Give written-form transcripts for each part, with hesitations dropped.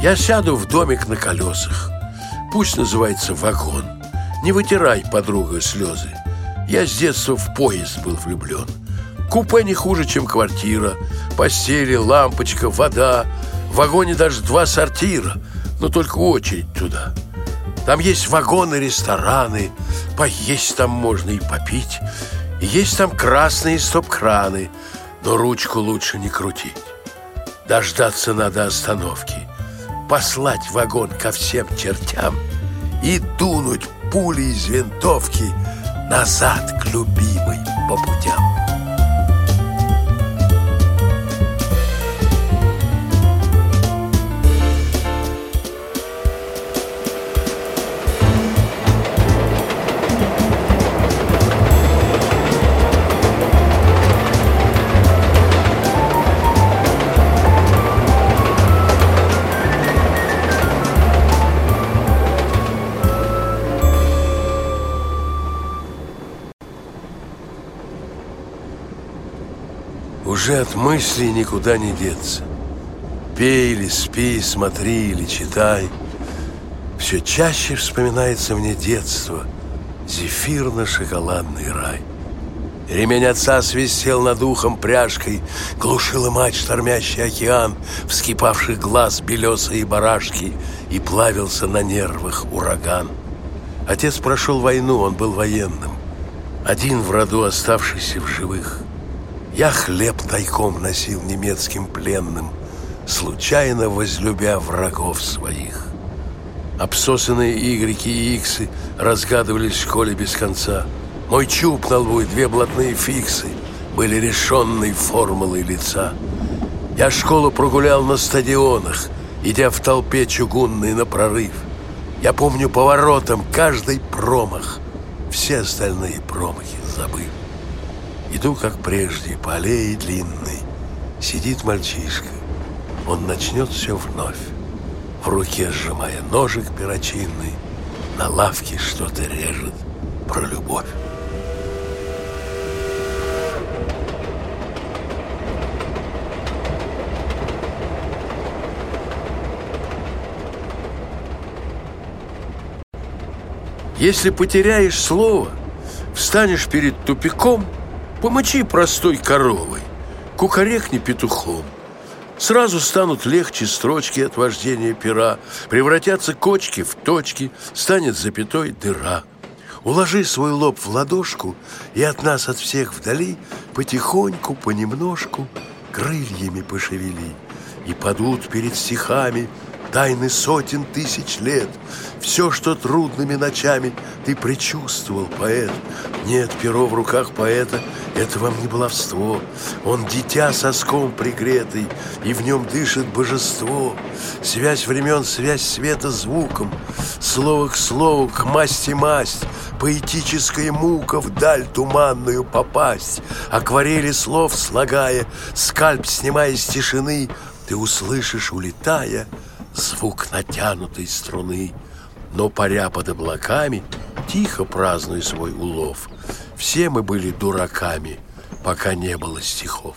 Я сяду в домик на колесах. Пусть называется вагон. Не вытирай, подруга, слезы. Я с детства в поезд был влюблен. Купе не хуже, чем квартира. Постели, лампочка, вода. В вагоне даже 2 сортира, но только очередь туда. Там есть вагоны, рестораны. Поесть там можно и попить. И есть там красные стоп-краны. Но ручку лучше не крутить. Дождаться надо остановки, послать вагон ко всем чертям и дунуть пули из винтовки назад к любимой по путям. Уже от мыслей никуда не деться. Пей или спи, смотри или читай. Все чаще вспоминается мне детство, зефирно-шоколадный рай. Ремень отца свистел над ухом пряжкой, глушила мать штормящий океан, вскипавших глаз белесые барашки, и плавился на нервах ураган. Отец прошел войну, он был военным, один в роду оставшийся в живых. Я хлеб тайком носил немецким пленным, случайно возлюбя врагов своих. Обсосанные игреки и иксы разгадывались в школе без конца. Мой чуб на лбу и 2 блатные фиксы были решенной формулой лица. Я школу прогулял на стадионах, идя в толпе чугунной на прорыв. Я помню поворотом каждый промах, все остальные промахи забыв. Иду, как прежде, по аллее длинной. Сидит мальчишка, он начнет все вновь. В руке сжимая ножик перочинный, на лавке что-то режет про любовь. Если потеряешь слово, встанешь перед тупиком, помочи простой коровой, кукарекни петухом. Сразу станут легче строчки от вождения пера, превратятся кочки в точки, станет запятой дыра. Уложи свой лоб в ладошку, и от нас, от всех вдали, потихоньку, понемножку крыльями пошевели. И падут перед стихами тайны сотен тысяч лет. Все, что трудными ночами ты предчувствовал, поэт. Нет, перо в руках поэта — это вам не баловство. Он дитя соском пригретый, и в нем дышит божество. Связь времен, связь света звуком, слово к слову, к масти масть. Поэтическая мука вдаль туманную попасть. Акварели слов слагая, скальп снимая с тишины, ты услышишь, улетая, звук натянутой струны. Но, паря под облаками, тихо празднуй свой улов. Все мы были дураками, пока не было стихов.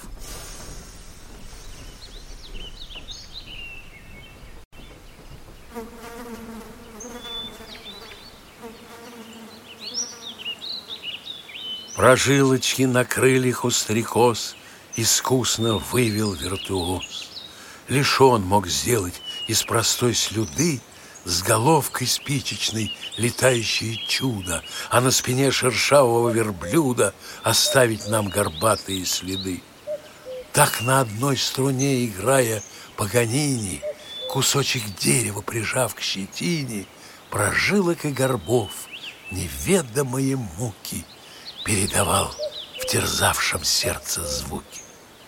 Прожилочки на крыльях у стрекоз искусно вывел виртуоз. Лишь он мог сделать из простой слюды с головкой спичечной летающее чудо, а на спине шершавого верблюда оставить нам горбатые следы. Так на одной струне, играя Паганини, кусочек дерева прижав к щетине, прожилок и горбов неведомые муки передавал в терзавшем сердце звуки.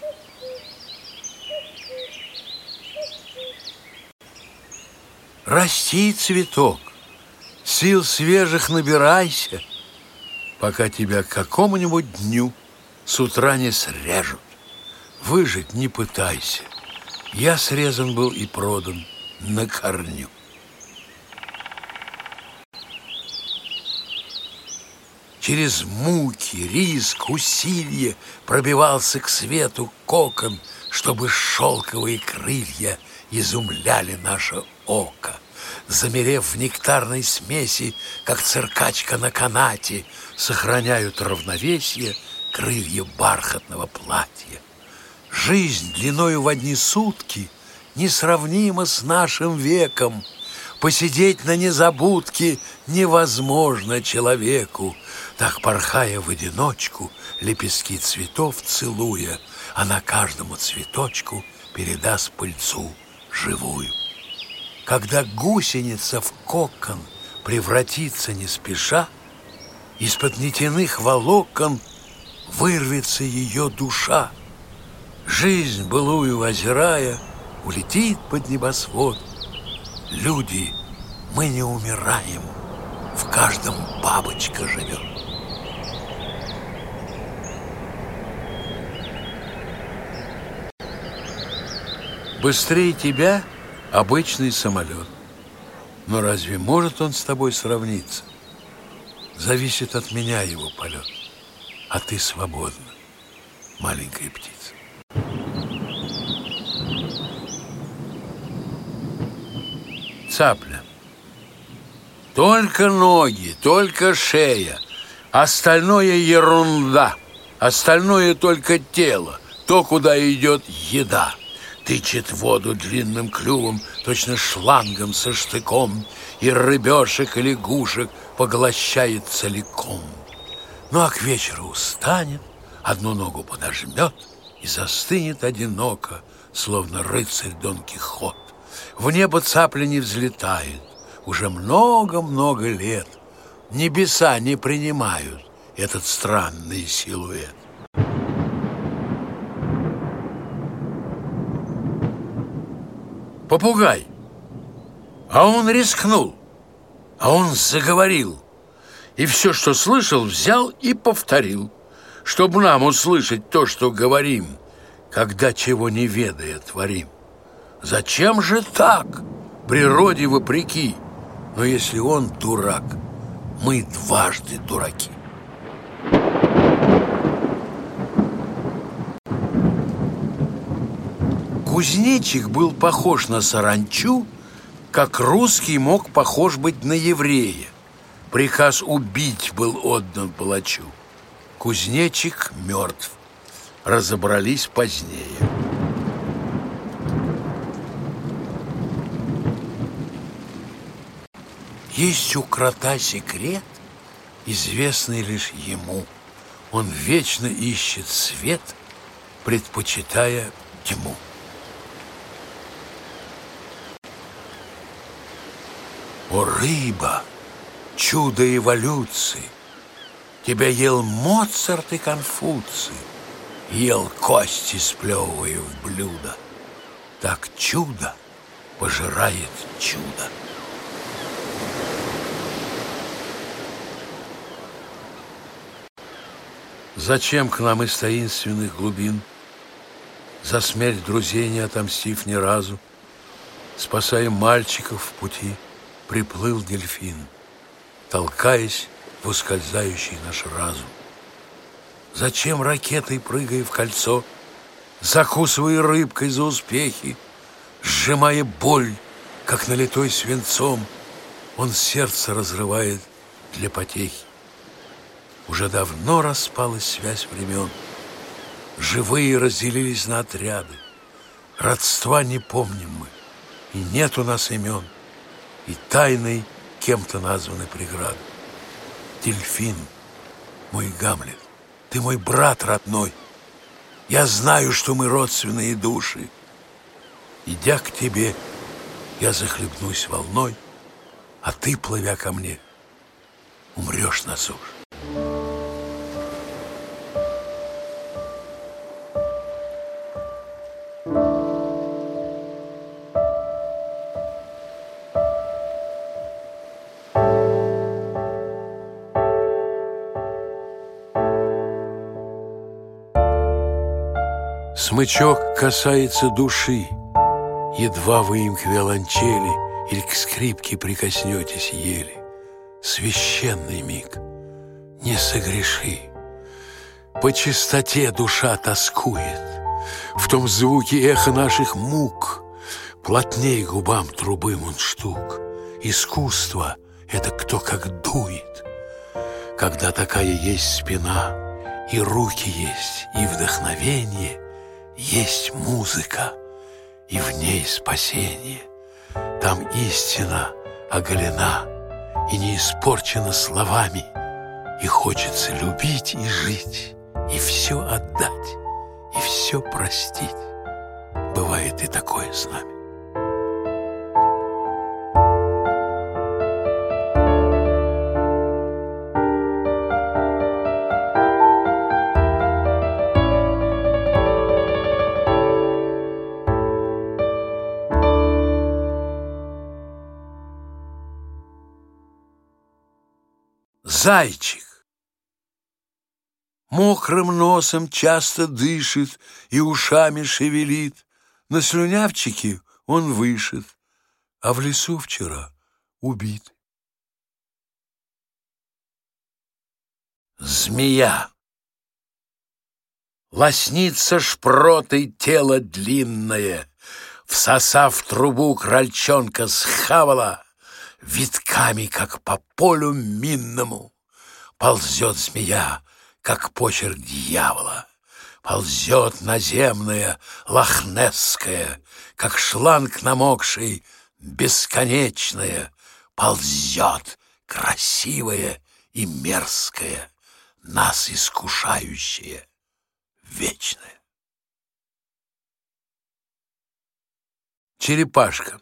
Расти, цветок, сил свежих набирайся, пока тебя к какому-нибудь дню с утра не срежут. Выжить не пытайся. Я срезан был и продан на корню. Через муки, риск, усилие пробивался к свету кокон, чтобы шелковые крылья изумляли наше око. Замерев в нектарной смеси, как циркачка на канате, сохраняют равновесие крылья бархатного платья. Жизнь длиною в одни сутки несравнима с нашим веком. Посидеть на незабудке невозможно человеку. Так, порхая в одиночку, лепестки цветов целуя, она каждому цветочку передаст пыльцу живую. Когда гусеница в кокон превратится не спеша, из-под нитяных волокон вырвется ее душа. Жизнь былую озирая, улетит под небосвод. Люди, мы не умираем, в каждом бабочка живет. Быстрее тебя обычный самолет. Но разве может он с тобой сравниться? Зависит от меня его полет, а ты свободна, маленькая птица. Цапля. Только ноги, только шея, остальное ерунда, остальное только тело, то, куда идет еда. Тычет воду длинным клювом, точно шлангом со штыком, и рыбешек и лягушек поглощает целиком. Ну а к вечеру устанет, одну ногу подожмет и застынет одиноко, словно рыцарь Дон Кихот. В небо цапля не взлетает уже много-много лет. Небеса не принимают этот странный силуэт. Попугай. А он рискнул, а он заговорил. И все, что слышал, взял и повторил, чтобы нам услышать то, что говорим, когда чего не ведая творим. Зачем же так, природе вопреки? Но если он дурак, мы дважды дураки. Кузнечик был похож на саранчу, как русский мог похож быть на еврея. Приказ убить был отдан палачу. Кузнечик мертв. Разобрались позднее. Есть у крота секрет, известный лишь ему. Он вечно ищет свет, предпочитая тьму. О, рыба, чудо эволюции! Тебя ел Моцарт и Конфуций, ел кости, сплевывая в блюдо. Так чудо пожирает чудо. Зачем к нам из таинственных глубин, за смерть друзей не отомстив ни разу, спасая мальчиков в пути, приплыл дельфин, толкаясь в ускользающий наш разум? Зачем ракетой, прыгая в кольцо, закусывая рыбкой за успехи, сжимая боль, как налитой свинцом, он сердце разрывает для потехи? Уже давно распалась связь времен, живые разделились на отряды, родства не помним мы, и нет у нас имен, и тайной кем-то названы преграды. Дельфин, мой Гамлет, ты мой брат родной. Я знаю, что мы родственные души. Идя к тебе, я захлебнусь волной, а ты, плывя ко мне, умрешь на суше. Смычок касается души, едва вы им к виолончели или к скрипке прикоснетесь еле. Священный миг, не согреши. По чистоте душа тоскует, в том звуке эхо наших мук. Плотней губам трубы мундштук. Искусство — это кто как дует. Когда такая есть спина, и руки есть, и вдохновение, есть музыка, и в ней спасение. Там истина оголена и не испорчена словами, и хочется любить и жить, и все отдать, и все простить. Бывает и такое с нами. Зайчик мокрым носом часто дышит и ушами шевелит. На слюнявчике он вышит, а в лесу вчера убит. Змея лоснится шпротой тело длинное, всосав трубу крольчонка схавала, витками, как по полю минному, ползет змея, как почерк дьявола. Ползет наземная, лохнесская, как шланг намокший, бесконечная. Ползет красивая и мерзкая, нас искушающая, вечная. Черепашка.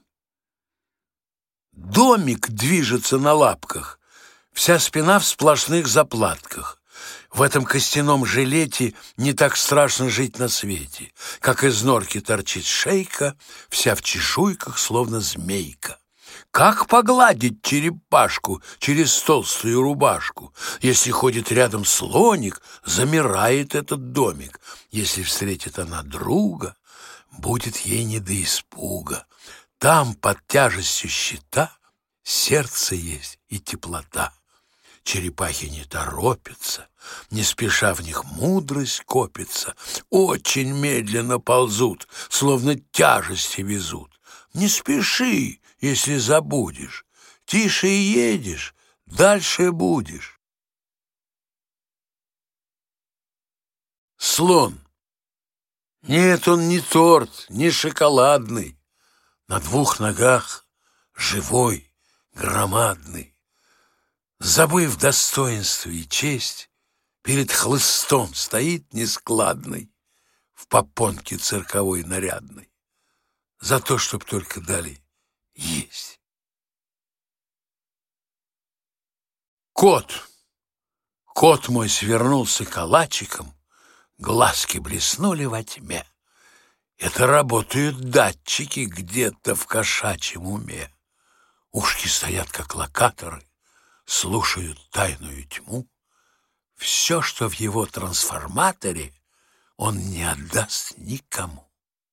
Домик движется на лапках, вся спина в сплошных заплатках. В этом костяном жилете не так страшно жить на свете, как из норки торчит шейка, вся в чешуйках, словно змейка. Как погладить черепашку через толстую рубашку? Если ходит рядом слоник, замирает этот домик. Если встретит она друга, будет ей не до испуга. Там, под тяжестью щита, сердце есть и теплота. Черепахи не торопятся, не спеша в них мудрость копится, очень медленно ползут, словно тяжести везут. Не спеши, если забудешь, тише едешь, дальше будешь. Слон. Нет, он не торт, не шоколадный. На двух ногах, живой, громадный. Забыв достоинство и честь, перед хлыстом стоит нескладный, в попонке цирковой нарядной, за то, чтоб только дали есть. Кот. Кот мой свернулся калачиком, глазки блеснули во тьме. Это работают датчики где-то в кошачьем уме. Ушки стоят, как локаторы, слушают тайную тьму. Все, что в его трансформаторе, он не отдаст никому.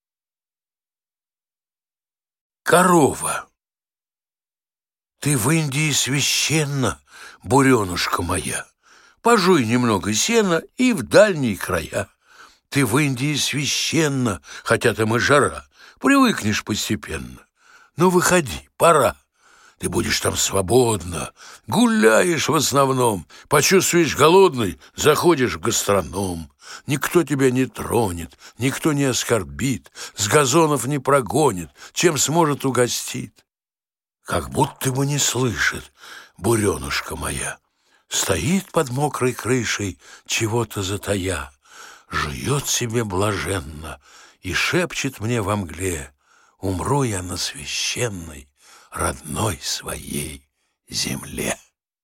Корова. Ты в Индии священна, буренушка моя. Пожуй немного сена и в дальние края. Ты в Индии священна, хотя там и жара, привыкнешь постепенно. Но выходи, пора. Ты будешь там свободно, гуляешь в основном, почувствуешь голодный, заходишь в гастроном. Никто тебя не тронет, никто не оскорбит, с газонов не прогонит, чем сможет угостит. Как будто бы не слышит, буренушка моя, стоит под мокрой крышей, чего-то затая, жует себе блаженно и шепчет мне во мгле: умру я на священной, родной своей земле.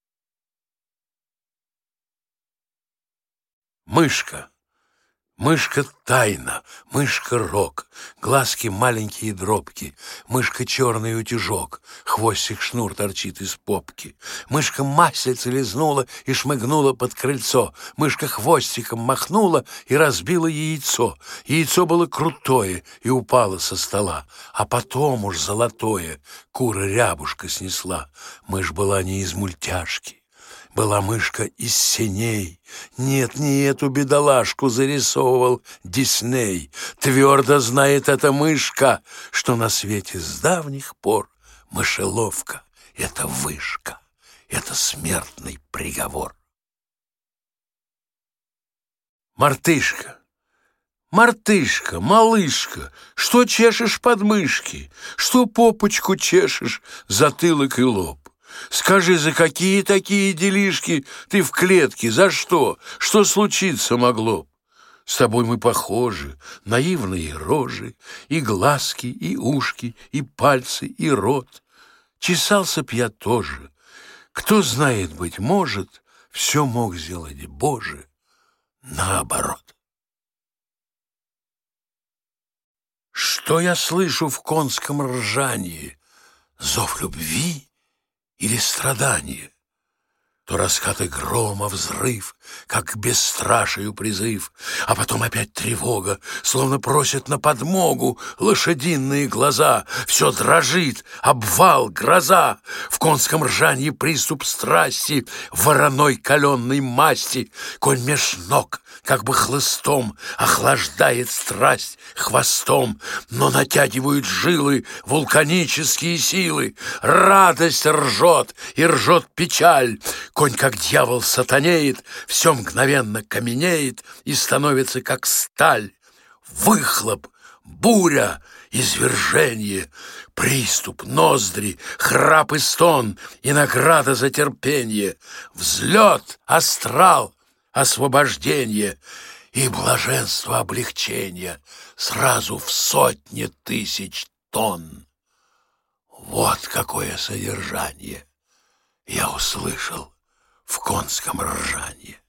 Мышка. Мышка тайна, мышка рок, глазки маленькие дробки, мышка черный утюжок, хвостик шнур торчит из попки. Мышка маслице лизнула и шмыгнула под крыльцо, мышка хвостиком махнула и разбила яйцо. Яйцо было крутое и упало со стола, а потом уж золотое кура рябушка снесла. Мышь была не из мультяшки, была мышка из синей. Нет, не эту бедолашку зарисовывал Дисней. Твердо знает эта мышка, что на свете с давних пор мышеловка — это вышка, это смертный приговор. Мартышка, мартышка, малышка, что чешешь подмышки, что попочку чешешь, затылок и лоб? Скажи, за какие такие делишки ты в клетке, за что? Что случиться могло? С тобой мы похожи, наивные рожи, и глазки, и ушки, и пальцы, и рот. Чесался б я тоже. Кто знает, быть может, все мог сделать Боже наоборот. Что я слышу в конском ржании? Зов любви или страдание? То раскаты грома, взрыв, как к бесстрашию призыв, а потом опять тревога, словно просят на подмогу лошадиные глаза. Все дрожит, обвал, гроза, в конском ржанье приступ страсти, вороной каленной масти. Конь меж ног, как бы хлыстом, охлаждает страсть хвостом, но натягивают жилы вулканические силы. Радость ржет, и ржет печаль. Конь, как дьявол, сатанеет, все мгновенно каменеет и становится, как сталь. Выхлоп, буря, извержение, приступ, ноздри, храп и стон, и награда за терпение, взлет, астрал, освобождение и блаженство облегчения сразу в сотни тысяч тонн. Вот какое содержание я услышал в конском ржанье.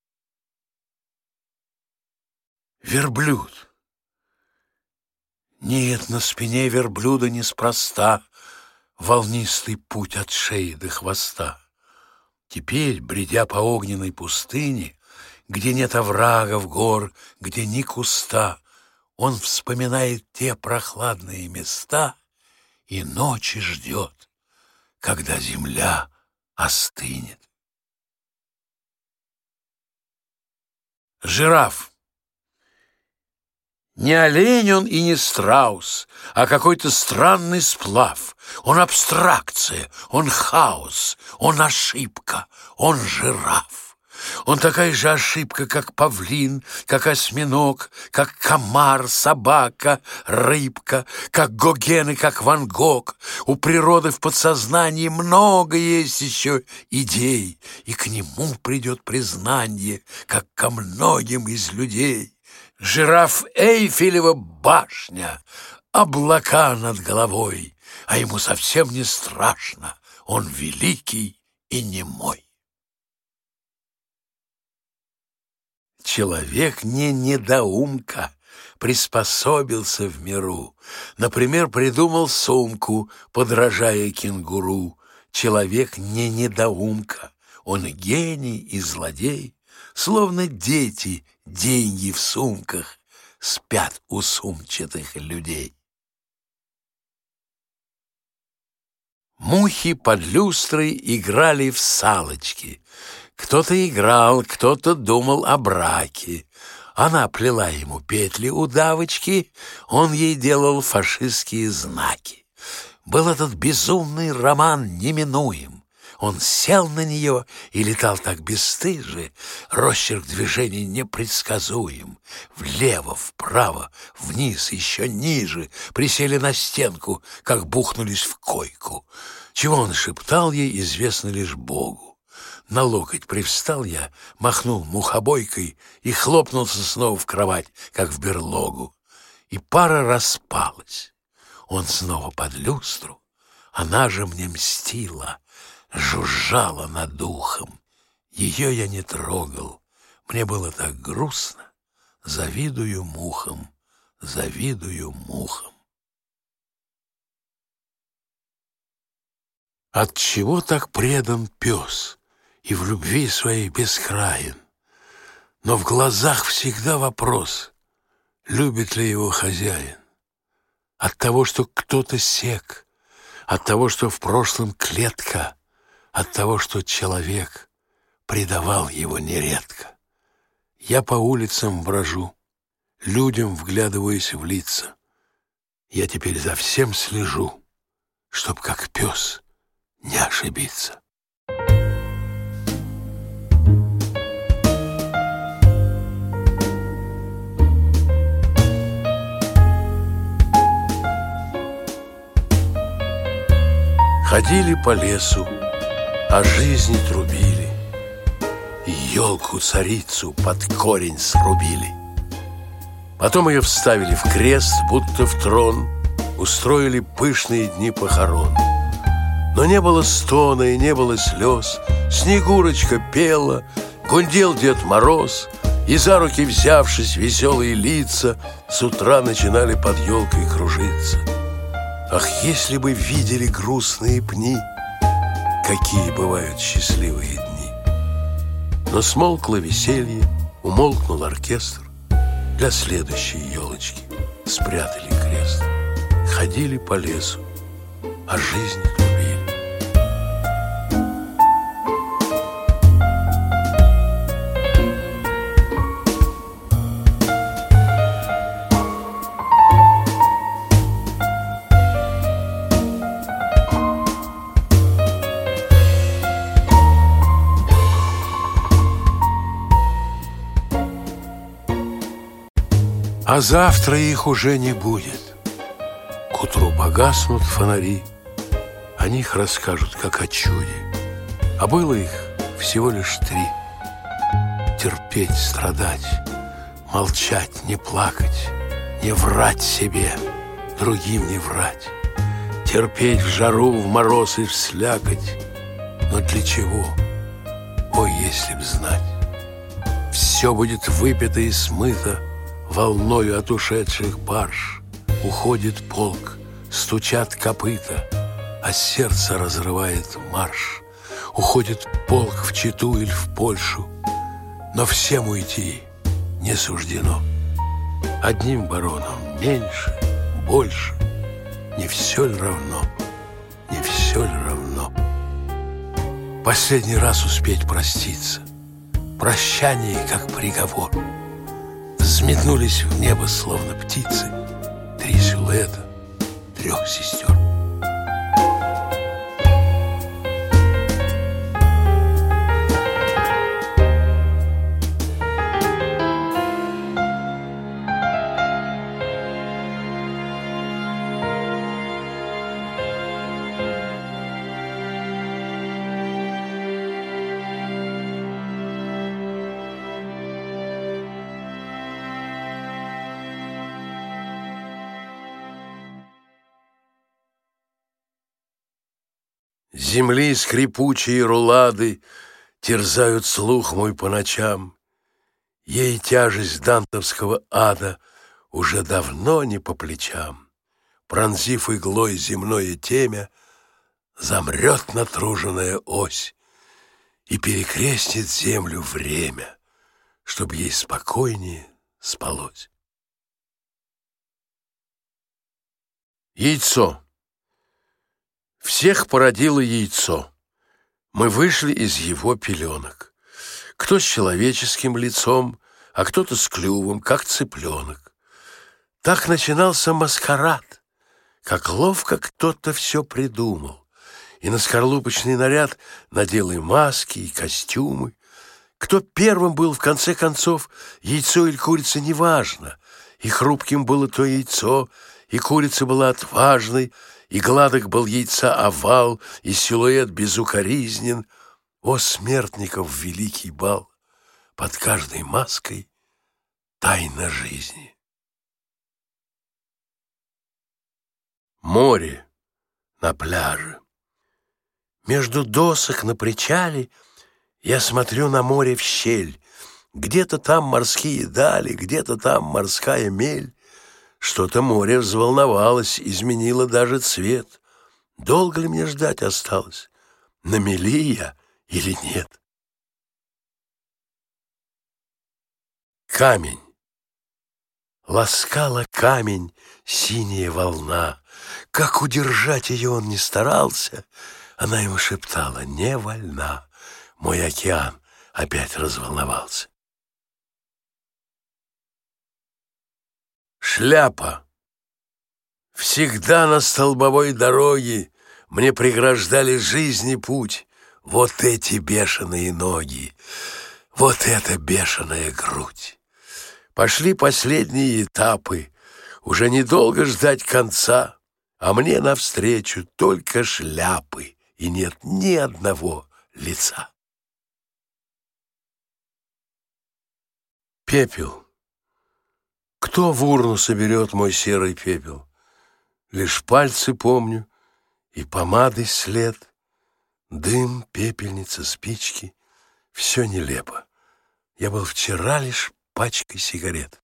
Верблюд. Нет, на спине верблюда неспроста волнистый путь от шеи до хвоста. Теперь, бредя по огненной пустыне, где нет оврагов, гор, где ни куста, он вспоминает те прохладные места и ночи ждет, когда земля остынет. Жираф. Не олень он и не страус, а какой-то странный сплав. Он абстракция, он хаос, он ошибка, он жираф. Он такая же ошибка, как павлин, как осьминог, как комар, собака, рыбка, как Гоген и как Ван Гог. У природы в подсознании много есть еще идей, и к нему придет признание, как ко многим из людей. Жираф — Эйфелева башня, облака над головой, а ему совсем не страшно, он великий и немой. Человек не недоумка, приспособился в миру. Например, придумал сумку, подражая кенгуру. Человек не недоумка, он гений и злодей. Словно дети, деньги в сумках спят у сумчатых людей. Мухи под люстрой играли в салочки. Кто-то играл, кто-то думал о браке. Она плела ему петли удавочки, он ей делал фашистские знаки. Был этот безумный роман неминуем. Он сел на нее и летал так бесстыже, росчерк движений непредсказуем. Влево, вправо, вниз, еще ниже, присели на стенку, как бухнулись в койку. Чего он шептал ей, известно лишь Богу. На локоть привстал я, махнул мухобойкой и хлопнулся снова в кровать, как в берлогу. И пара распалась. Он снова под люстру, она же мне мстила, жужжала над духом. Ее я не трогал, мне было так грустно. Завидую мухам, завидую мухам. Отчего так предан пес и в любви своей бескраен? Но в глазах всегда вопрос, любит ли его хозяин. От того, что кто-то сек, от того, что в прошлом клетка, от того, что человек предавал его нередко. Я по улицам брожу, людям вглядываясь в лица. Я теперь за всем слежу, чтоб как пес не ошибиться. Ходили по лесу, о жизни трубили, елку-царицу под корень срубили. Потом ее вставили в крест, будто в трон, устроили пышные дни похорон. Но не было стона и не было слез, Снегурочка пела, гундел Дед Мороз, и за руки взявшись, веселые лица с утра начинали под елкой кружиться. Ах, если бы видели грустные пни, какие бывают счастливые дни! Но смолкло веселье, умолкнул оркестр. Для следующей елочки спрятали крест. Ходили по лесу, о жизни трубили. А завтра их уже не будет. К утру погаснут фонари, о них расскажут, как о чуде. А было их всего лишь 3. Терпеть, страдать, молчать, не плакать, не врать себе, другим не врать. Терпеть в жару, в мороз и в слякоть. Но для чего? Ой, если б знать. Все будет выпито и смыто волною от ушедших барж. Уходит полк, стучат копыта, а сердце разрывает марш. Уходит полк в Читу или в Польшу, но всем уйти не суждено. Одним баронам меньше, больше, не все ли равно, не все ли равно? Последний раз успеть проститься, прощание как приговор. Взметнулись в небо, словно птицы, 3 силуэта 3 сестер. Земли скрипучие рулады терзают слух мой по ночам. Ей тяжесть дантовского ада уже давно не по плечам. Пронзив иглой земное темя, замрет натруженная ось и перекрестит землю время, чтоб ей спокойнее спалось. Яйцо. Всех породило яйцо. Мы вышли из его пеленок. Кто с человеческим лицом, а кто-то с клювом, как цыпленок. Так начинался маскарад. Как ловко кто-то все придумал. И на скорлупочный наряд надел и маски, и костюмы. Кто первым был, в конце концов, яйцо или курица, неважно. И хрупким было то яйцо, и курица была отважной, и гладок был яйца овал, и силуэт безукоризнен. О, смертников великий бал! Под каждой маской тайна жизни. Море на пляже. Между досок на причале я смотрю на море в щель. Где-то там морские дали, где-то там морская мель. Что-то море взволновалось, изменило даже цвет. Долго ли мне ждать осталось? На мели я или нет? Камень. Ласкала камень синяя волна. Как удержать ее он не старался, она ему шептала: не вольна. Мой океан, опять разволновался. Шляпа. Всегда на столбовой дороге мне преграждали жизни путь вот эти бешеные ноги, вот эта бешеная грудь. Пошли последние этапы, уже недолго ждать конца, а мне навстречу только шляпы, и нет ни одного лица. Пепел. Кто в урну соберет мой серый пепел? Лишь пальцы помню и помады след. Дым, пепельница, спички — все нелепо. Я был вчера лишь пачкой сигарет.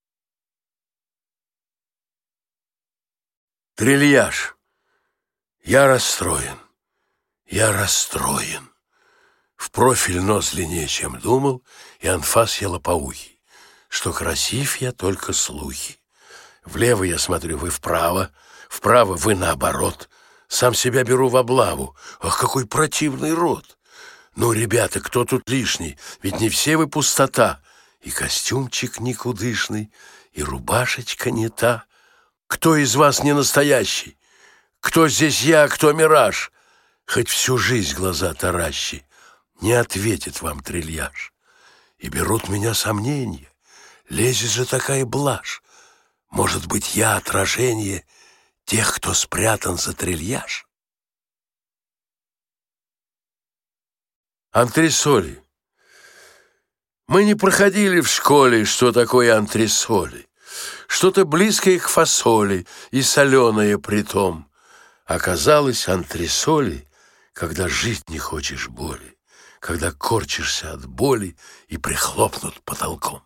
Трильяж. Я расстроен. Я расстроен. В профиль нос длиннее, чем думал, и анфас я лопоухий. Что красив я, только слухи. Влево я смотрю, вы вправо вы наоборот. Сам себя беру в облаву. Ах, какой противный рот! Ну, ребята, кто тут лишний? Ведь не все вы пустота. И костюмчик никудышный, и рубашечка не та. Кто из вас не настоящий? Кто здесь я, а кто мираж? Хоть всю жизнь глаза таращи, не ответит вам трильяж. И берут меня сомнения. Лезет же такая блажь. Может быть, я отражение тех, кто спрятан за трильяж? Антресоли. Мы не проходили в школе, что такое антресоли. Что-то близкое к фасоли и соленое притом. Оказалось, антресоли, когда жить не хочешь боли, когда корчишься от боли и прихлопнут потолком.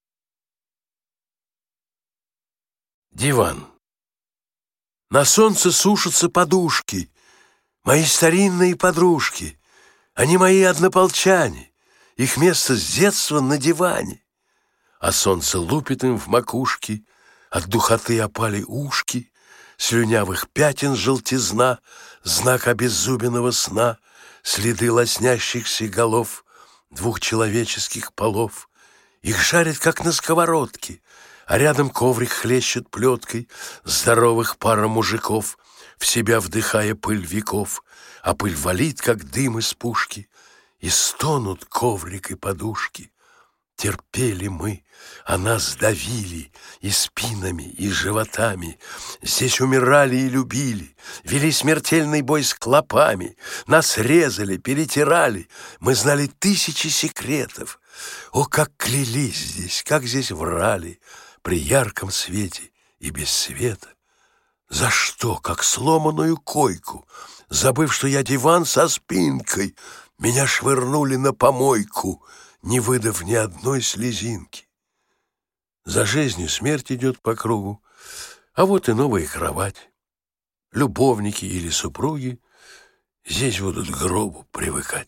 Диван. На солнце сушатся подушки, мои старинные подружки. Они мои однополчане, их место с детства на диване. А солнце лупит им в макушки, от духоты опали ушки, слюнявых пятен желтизна, знак обеззубенного сна, следы лоснящихся голов двух человеческих полов. Их жарят, как на сковородке, а рядом коврик хлещет плеткой здоровых пара мужиков, в себя вдыхая пыль веков, а пыль валит, как дым из пушки, и стонут коврик и подушки. Терпели мы, а нас давили и спинами, и животами. Здесь умирали и любили, вели смертельный бой с клопами. Нас резали, перетирали, мы знали тысячи секретов. О, как клялись здесь, как здесь врали, при ярком свете и без света. За что, как сломанную койку, забыв, что я диван со спинкой, меня швырнули на помойку, не выдав ни одной слезинки. За жизнью смерть идет по кругу, а вот и новая кровать. Любовники или супруги здесь будут к гробу привыкать.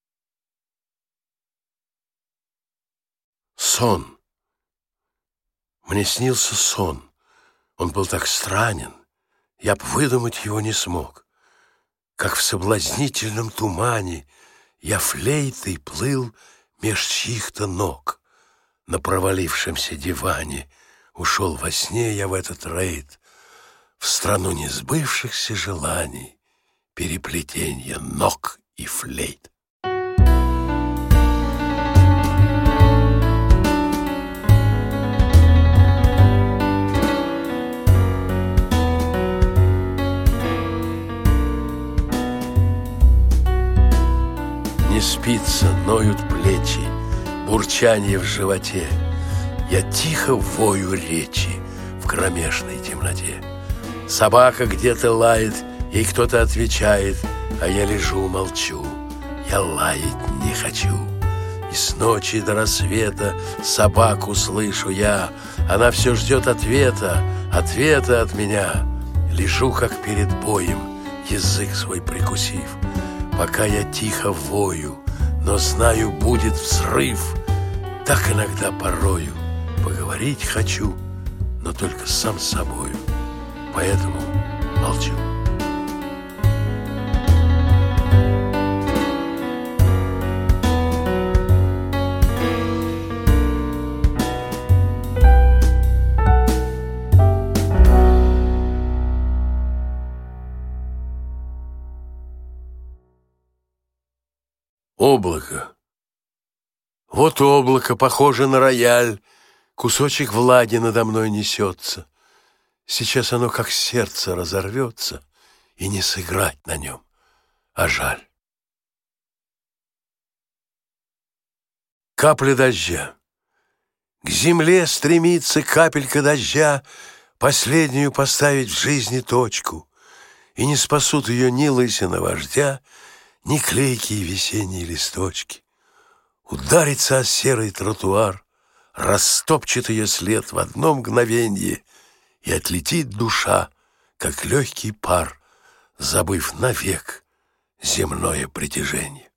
Сон. Мне снился сон. Он был так странен, я б выдумать его не смог. Как в соблазнительном тумане я флейтой плыл меж чьих-то ног. На провалившемся диване ушел во сне я в этот рейд, в страну несбывшихся желаний, переплетенья ног и флейт. Не спится, ноют плечи, бурчание в животе. Я тихо вою речи в кромешной темноте. Собака где-то лает, ей кто-то отвечает, а я лежу, молчу, я лаять не хочу. И с ночи до рассвета собаку слышу я, она все ждет ответа, ответа от меня. Лежу, как перед боем, язык свой прикусив, пока я тихо вою, но знаю, будет взрыв. Так иногда порою поговорить хочу, но только сам с собою, поэтому молчу. Вот облако, похоже на рояль, кусочек влаги надо мной несется. Сейчас оно как сердце разорвется, и не сыграть на нем, а жаль. Капля дождя. К земле стремится капелька дождя последнюю поставить в жизни точку, и не спасут ее ни лысина вождя, ни клейкие весенние листочки. Ударится о серый тротуар, растопчет ее след в одно мгновенье, и отлетит душа, как легкий пар, забыв навек земное притяжение.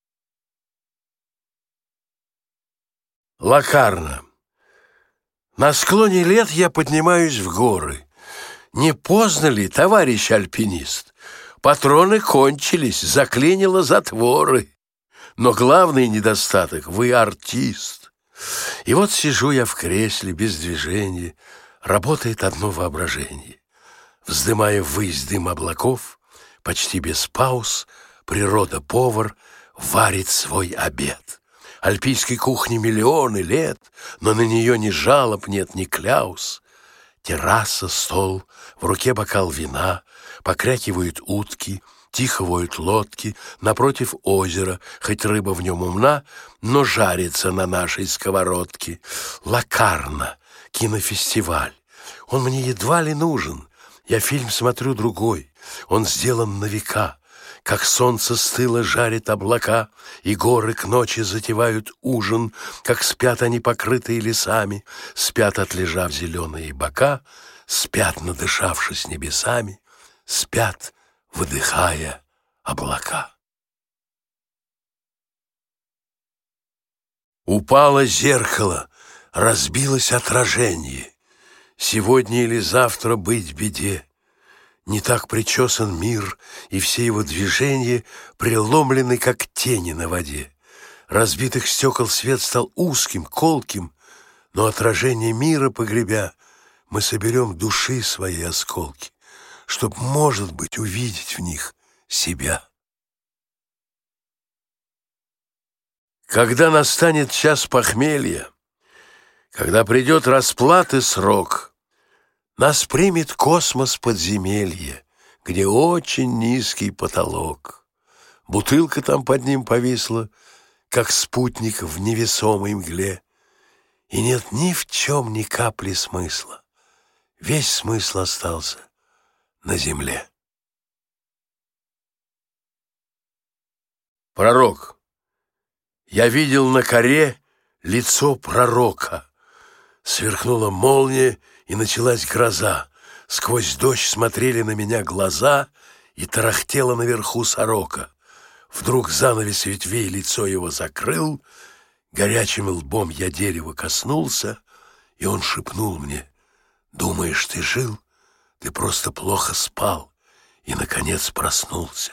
Лакарна. На склоне лет я поднимаюсь в горы. Не поздно ли, товарищ альпинист? Патроны кончились, заклинило затворы. Но главный недостаток — вы артист. И вот сижу я в кресле без движения, работает одно воображение. Вздымая ввысь дым облаков, почти без пауз, природа-повар варит свой обед. Альпийской кухне миллионы лет, но на нее ни жалоб нет, ни кляуз. Терраса, стол, в руке бокал вина, покрякивают утки, тихо воют лодки, напротив озера, хоть рыба в нем умна, но жарится на нашей сковородке. Лакарна, кинофестиваль. Он мне едва ли нужен, я фильм смотрю другой, он сделан на века. Как солнце стыло жарит облака, и горы к ночи затевают ужин, как спят они, покрытые лесами, спят, отлежав зеленые бока, спят, надышавшись небесами, спят, выдыхая облака. Упало зеркало, разбилось отражение. Сегодня или завтра быть беде. Не так причесан мир, и все его движения преломлены, как тени на воде. Разбитых стекол свет стал узким, колким, но отражение мира погребя, мы соберем души свои осколки, чтоб, может быть, увидеть в них себя. Когда настанет час похмелья, когда придет расплаты срок, нас примет космос подземелья, где очень низкий потолок. Бутылка там под ним повисла, как спутник в невесомой мгле, и нет ни в чем ни капли смысла. Весь смысл остался на земле. Пророк. Я видел на коре лицо пророка. Сверкнула молния, и началась гроза. Сквозь дождь смотрели на меня глаза, и тарахтела наверху сорока. Вдруг занавес ветвей лицо его закрыл, горячим лбом я дерева коснулся, и он шепнул мне: «Думаешь, ты жил? Ты просто плохо спал и, наконец, проснулся».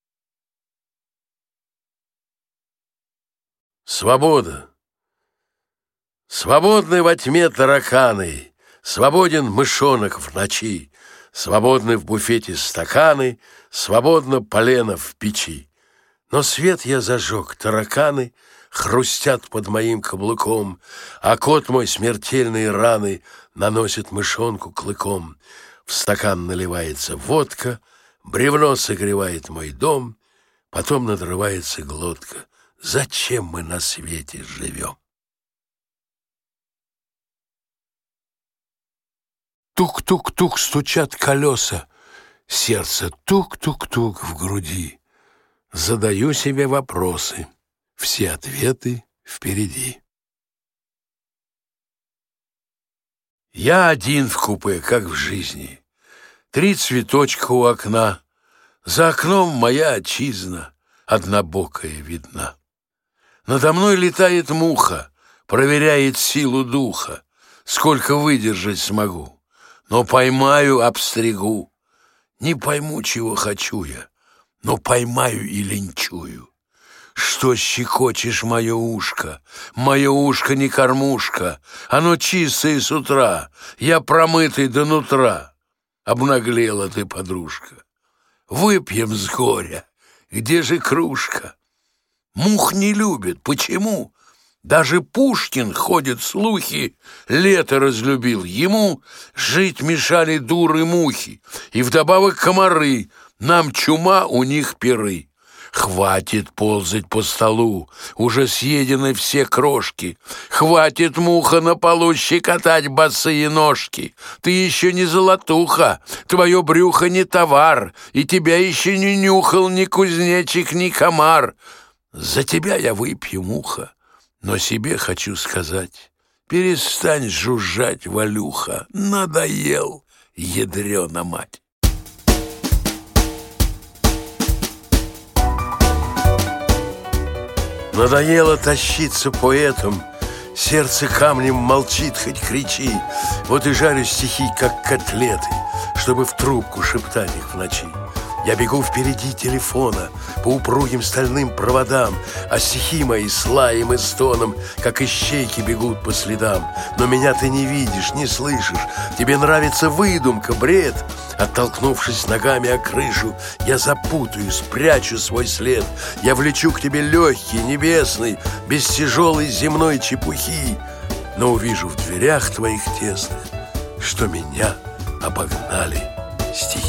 Свобода. Свободны во тьме тараканы, свободен мышонок в ночи, свободны в буфете стаканы, свободно полено в печи. Но свет я зажег, тараканы хрустят под моим каблуком, а кот мой смертельные раны наносит мышонку клыком. В стакан наливается водка, бревно согревает мой дом, потом надрывается глотка. Зачем мы на свете живем? Тук-тук-тук стучат колеса, сердце тук-тук-тук в груди. Задаю себе вопросы, все ответы впереди. Я один в купе, как в жизни. 3 цветочка у окна. За окном моя отчизна, однобокая видна. Надо мной летает муха, проверяет силу духа, сколько выдержать смогу. Но поймаю, обстригу. Не пойму, чего хочу я, но поймаю и линчую. Что щекочешь мое ушко? Мое ушко не кормушка, оно чистое с утра, я промытый до нутра. Обнаглела ты, подружка. Выпьем с горя, где же кружка? Мух не любит, почему? Даже Пушкин, ходят слухи, лето разлюбил. Ему жить мешали дуры-мухи, и вдобавок комары, нам чума, у них перы. Хватит ползать по столу, уже съедены все крошки. Хватит, муха, на полу щекотать босые ножки. Ты еще не золотуха, твое брюхо не товар, и тебя еще не нюхал ни кузнечик, ни комар. За тебя я выпью, муха, но себе хочу сказать: перестань жужжать, Валюха, надоел, ядрена мать. Надоело тащиться поэтом, сердце камнем молчит, хоть кричи. Вот и жарю стихи, как котлеты, чтобы в трубку шептать их в ночи. Я бегу впереди телефона по упругим стальным проводам, а стихи мои с лаем и стоном, как ищейки, бегут по следам. Но меня ты не видишь, не слышишь, тебе нравится выдумка, бред. Оттолкнувшись ногами о крышу, я запутаю, спрячу свой след. Я влечу к тебе легкий, небесный, без тяжелой земной чепухи. Но увижу в дверях твоих тесных, что меня обогнали стихи.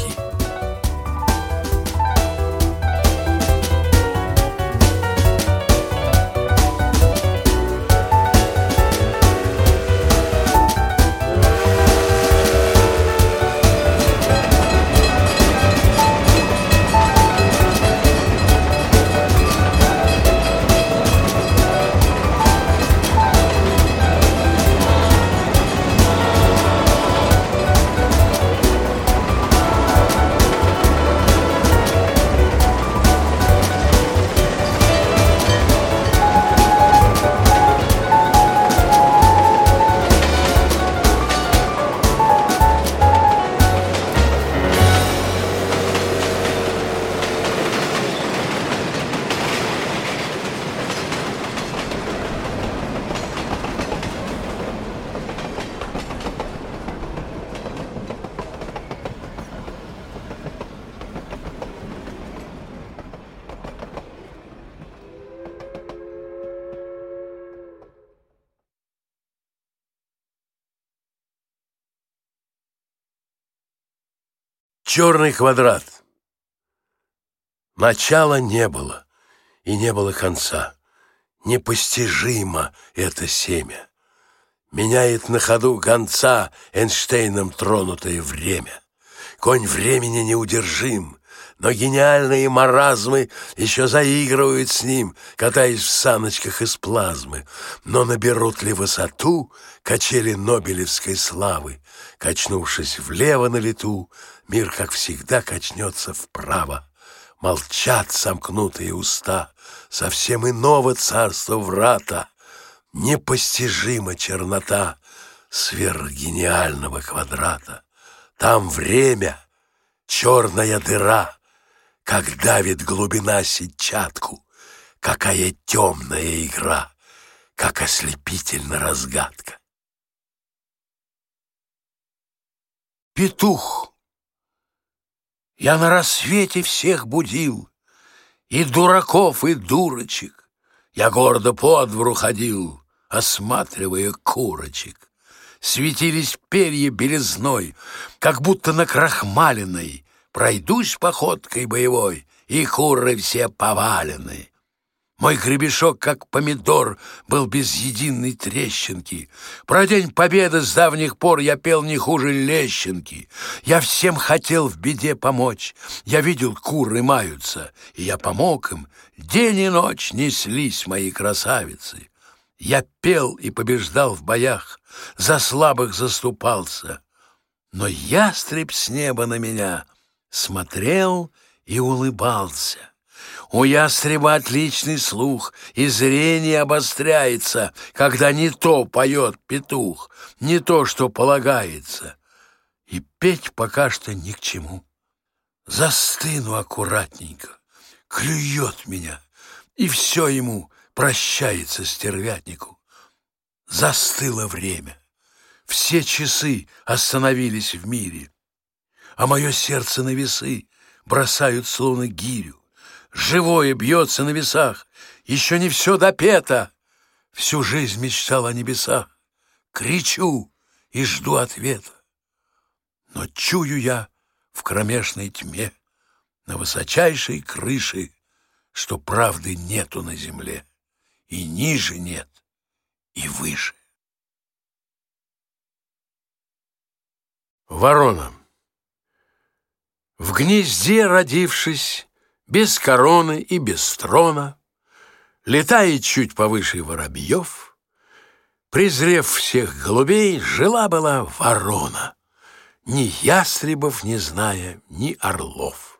Черный квадрат. Начала не было, и не было конца. Непостижимо это семя. Меняет на ходу гонца Эйнштейном тронутое время. Конь времени неудержим, но гениальные маразмы еще заигрывают с ним, катаясь в саночках из плазмы. Но наберут ли высоту качели нобелевской славы? Качнувшись влево на лету, мир, как всегда, качнется вправо. Молчат сомкнутые уста совсем иного царства врата. Непостижима чернота сверхгениального квадрата. Там время — черная дыра, как давит глубина сетчатку. Какая темная игра, как ослепительна разгадка. Петух. Я на рассвете всех будил, и дураков, и дурочек. Я гордо по двору ходил, осматривая курочек. Светились перья белизной, как будто накрахмаленной. Пройдусь походкой боевой, и куры все повалены. Мой гребешок, как помидор, был без единой трещинки. Про День Победы с давних пор я пел не хуже Лещенки. Я всем хотел в беде помочь. Я видел, куры маются, и я помог им. День и ночь неслись мои красавицы. Я пел и побеждал в боях, за слабых заступался. Но ястреб с неба на меня смотрел и улыбался. У ястреба отличный слух, и зрение обостряется, когда не то поет петух, не то, что полагается. И петь пока что ни к чему. Застыну аккуратненько, клюет меня, и все ему прощается, стервятнику. Застыло время, все часы остановились в мире, а мое сердце на весы бросают словно гирю. Живое бьется на весах, еще не все допето. Всю жизнь мечтал о небесах, кричу и жду ответа. Но чую я в кромешной тьме на высочайшей крыше, что правды нету на земле, и ниже нет, и выше. Ворона. В гнезде родившись, без короны и без трона, летает чуть повыше воробьев, презрев всех голубей, жила-была ворона, ни ястребов не зная, ни орлов.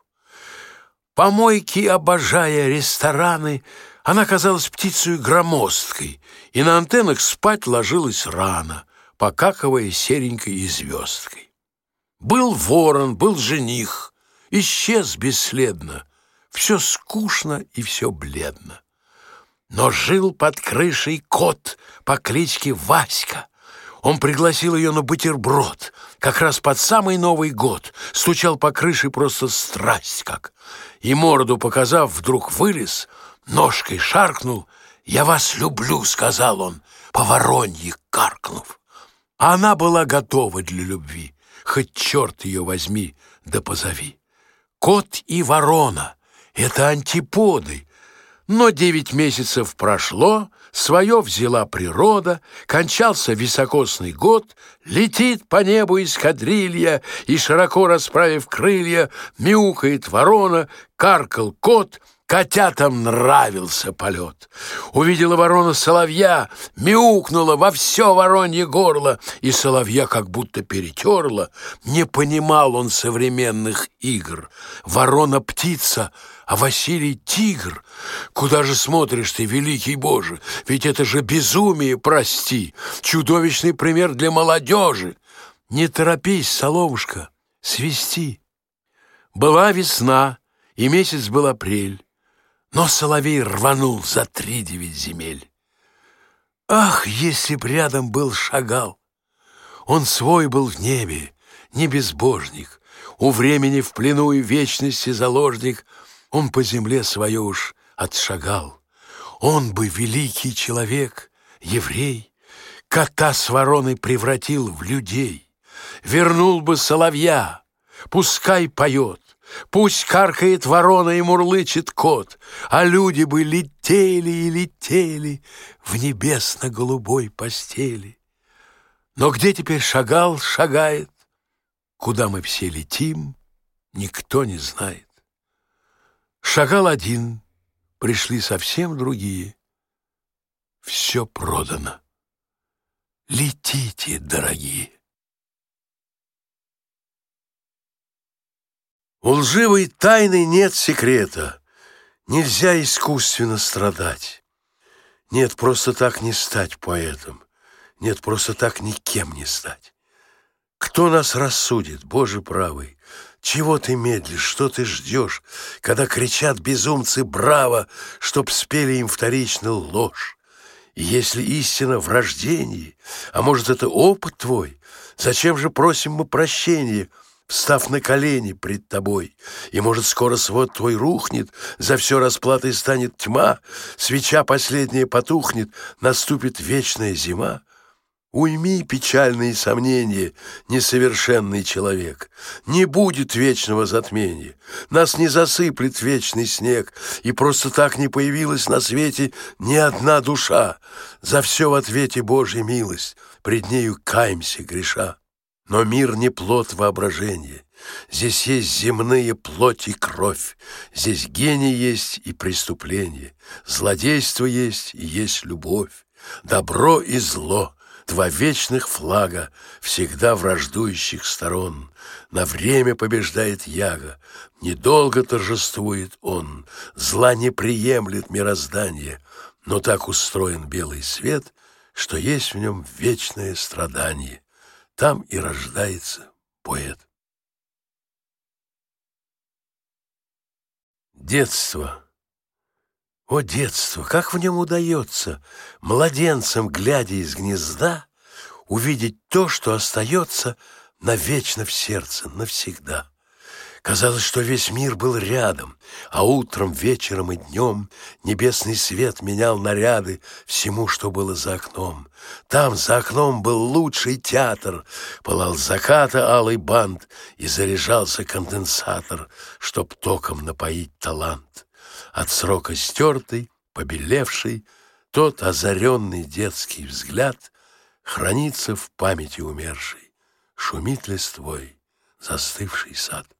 Помойки обожая, рестораны, она казалась птицей громоздкой, и на антеннах спать ложилась рано, покакивая серенькой звездкой. Был ворон, был жених, исчез бесследно, все скучно и все бледно. Но жил под крышей кот по кличке Васька. Он пригласил ее на бутерброд, как раз под самый Новый год, стучал по крыше просто страсть как. И морду показав, вдруг вылез, ножкой шаркнул. «Я вас люблю», — сказал он, по вороньи каркнув. А она была готова для любви, хоть черт ее возьми да позови. Кот и ворона — это антиподы, но 9 месяцев прошло, свое взяла природа, кончался високосный год, летит по небу эскадрилья, и, широко расправив крылья, мяукает ворона, каркал кот, котятам нравился полет. Увидела ворона соловья, мяукнула во все воронье горло, и соловья как будто перетерла. Не понимал он современных игр. Ворона птица, а Василий тигр. Куда же смотришь ты, великий Боже? Ведь это же безумие, прости, чудовищный пример для молодежи. Не торопись, соловушка, свисти. Была весна, и месяц был апрель, но соловей рванул за 3-9 земель. Ах, если б рядом был шагал! Он свой был в небе, не безбожник, у времени в плену и вечности заложник. Он по земле свое уж отшагал. Он бы, великий человек, еврей, кота с вороной превратил в людей. Вернул бы соловья, пускай поет, пусть каркает ворона и мурлычет кот, а люди бы летели и летели в небесно-голубой постели. Но где теперь шагал, шагает, куда мы все летим, никто не знает. Шагал один, пришли совсем другие. Все продано. Летите, дорогие. У лживой тайны нет секрета. Нельзя искусственно страдать. Нет, просто так не стать поэтом. Нет, просто так никем не стать. Кто нас рассудит, Боже правый? Чего ты медлишь, что ты ждешь, когда кричат безумцы «Браво!», чтоб спели им вторично ложь? И если истина в рождении, а может, это опыт твой, зачем же просим мы прощения, встав на колени пред тобой? И, может, скоро свод твой рухнет, за все расплатой станет тьма, свеча последняя потухнет, наступит вечная зима? Уйми печальные сомнения, несовершенный человек. Не будет вечного затмения. Нас не засыплет вечный снег, и просто так не появилась на свете ни одна душа. За все в ответе Божья милость, пред нею каемся, греша. Но мир не плод воображения. Здесь есть земные плоть и кровь. Здесь гений есть и преступление. Злодейство есть и есть любовь. Добро и зло. Два вечных флага, всегда враждующих сторон. На время побеждает яга, недолго торжествует он. Зла не приемлет мироздание, но так устроен белый свет, что есть в нем вечное страдание. Там и рождается поэт. Детство. О, детство, как в нем удается, младенцам, глядя из гнезда, увидеть то, что остается навечно в сердце, навсегда. Казалось, что весь мир был рядом, а утром, вечером и днем небесный свет менял наряды всему, что было за окном. Там за окном был лучший театр, пылал с заката алый бант и заряжался конденсатор, чтоб током напоить талант. От срока стертый, побелевший, тот озаренный детский взгляд хранится в памяти умершей, шумит листвой застывший сад.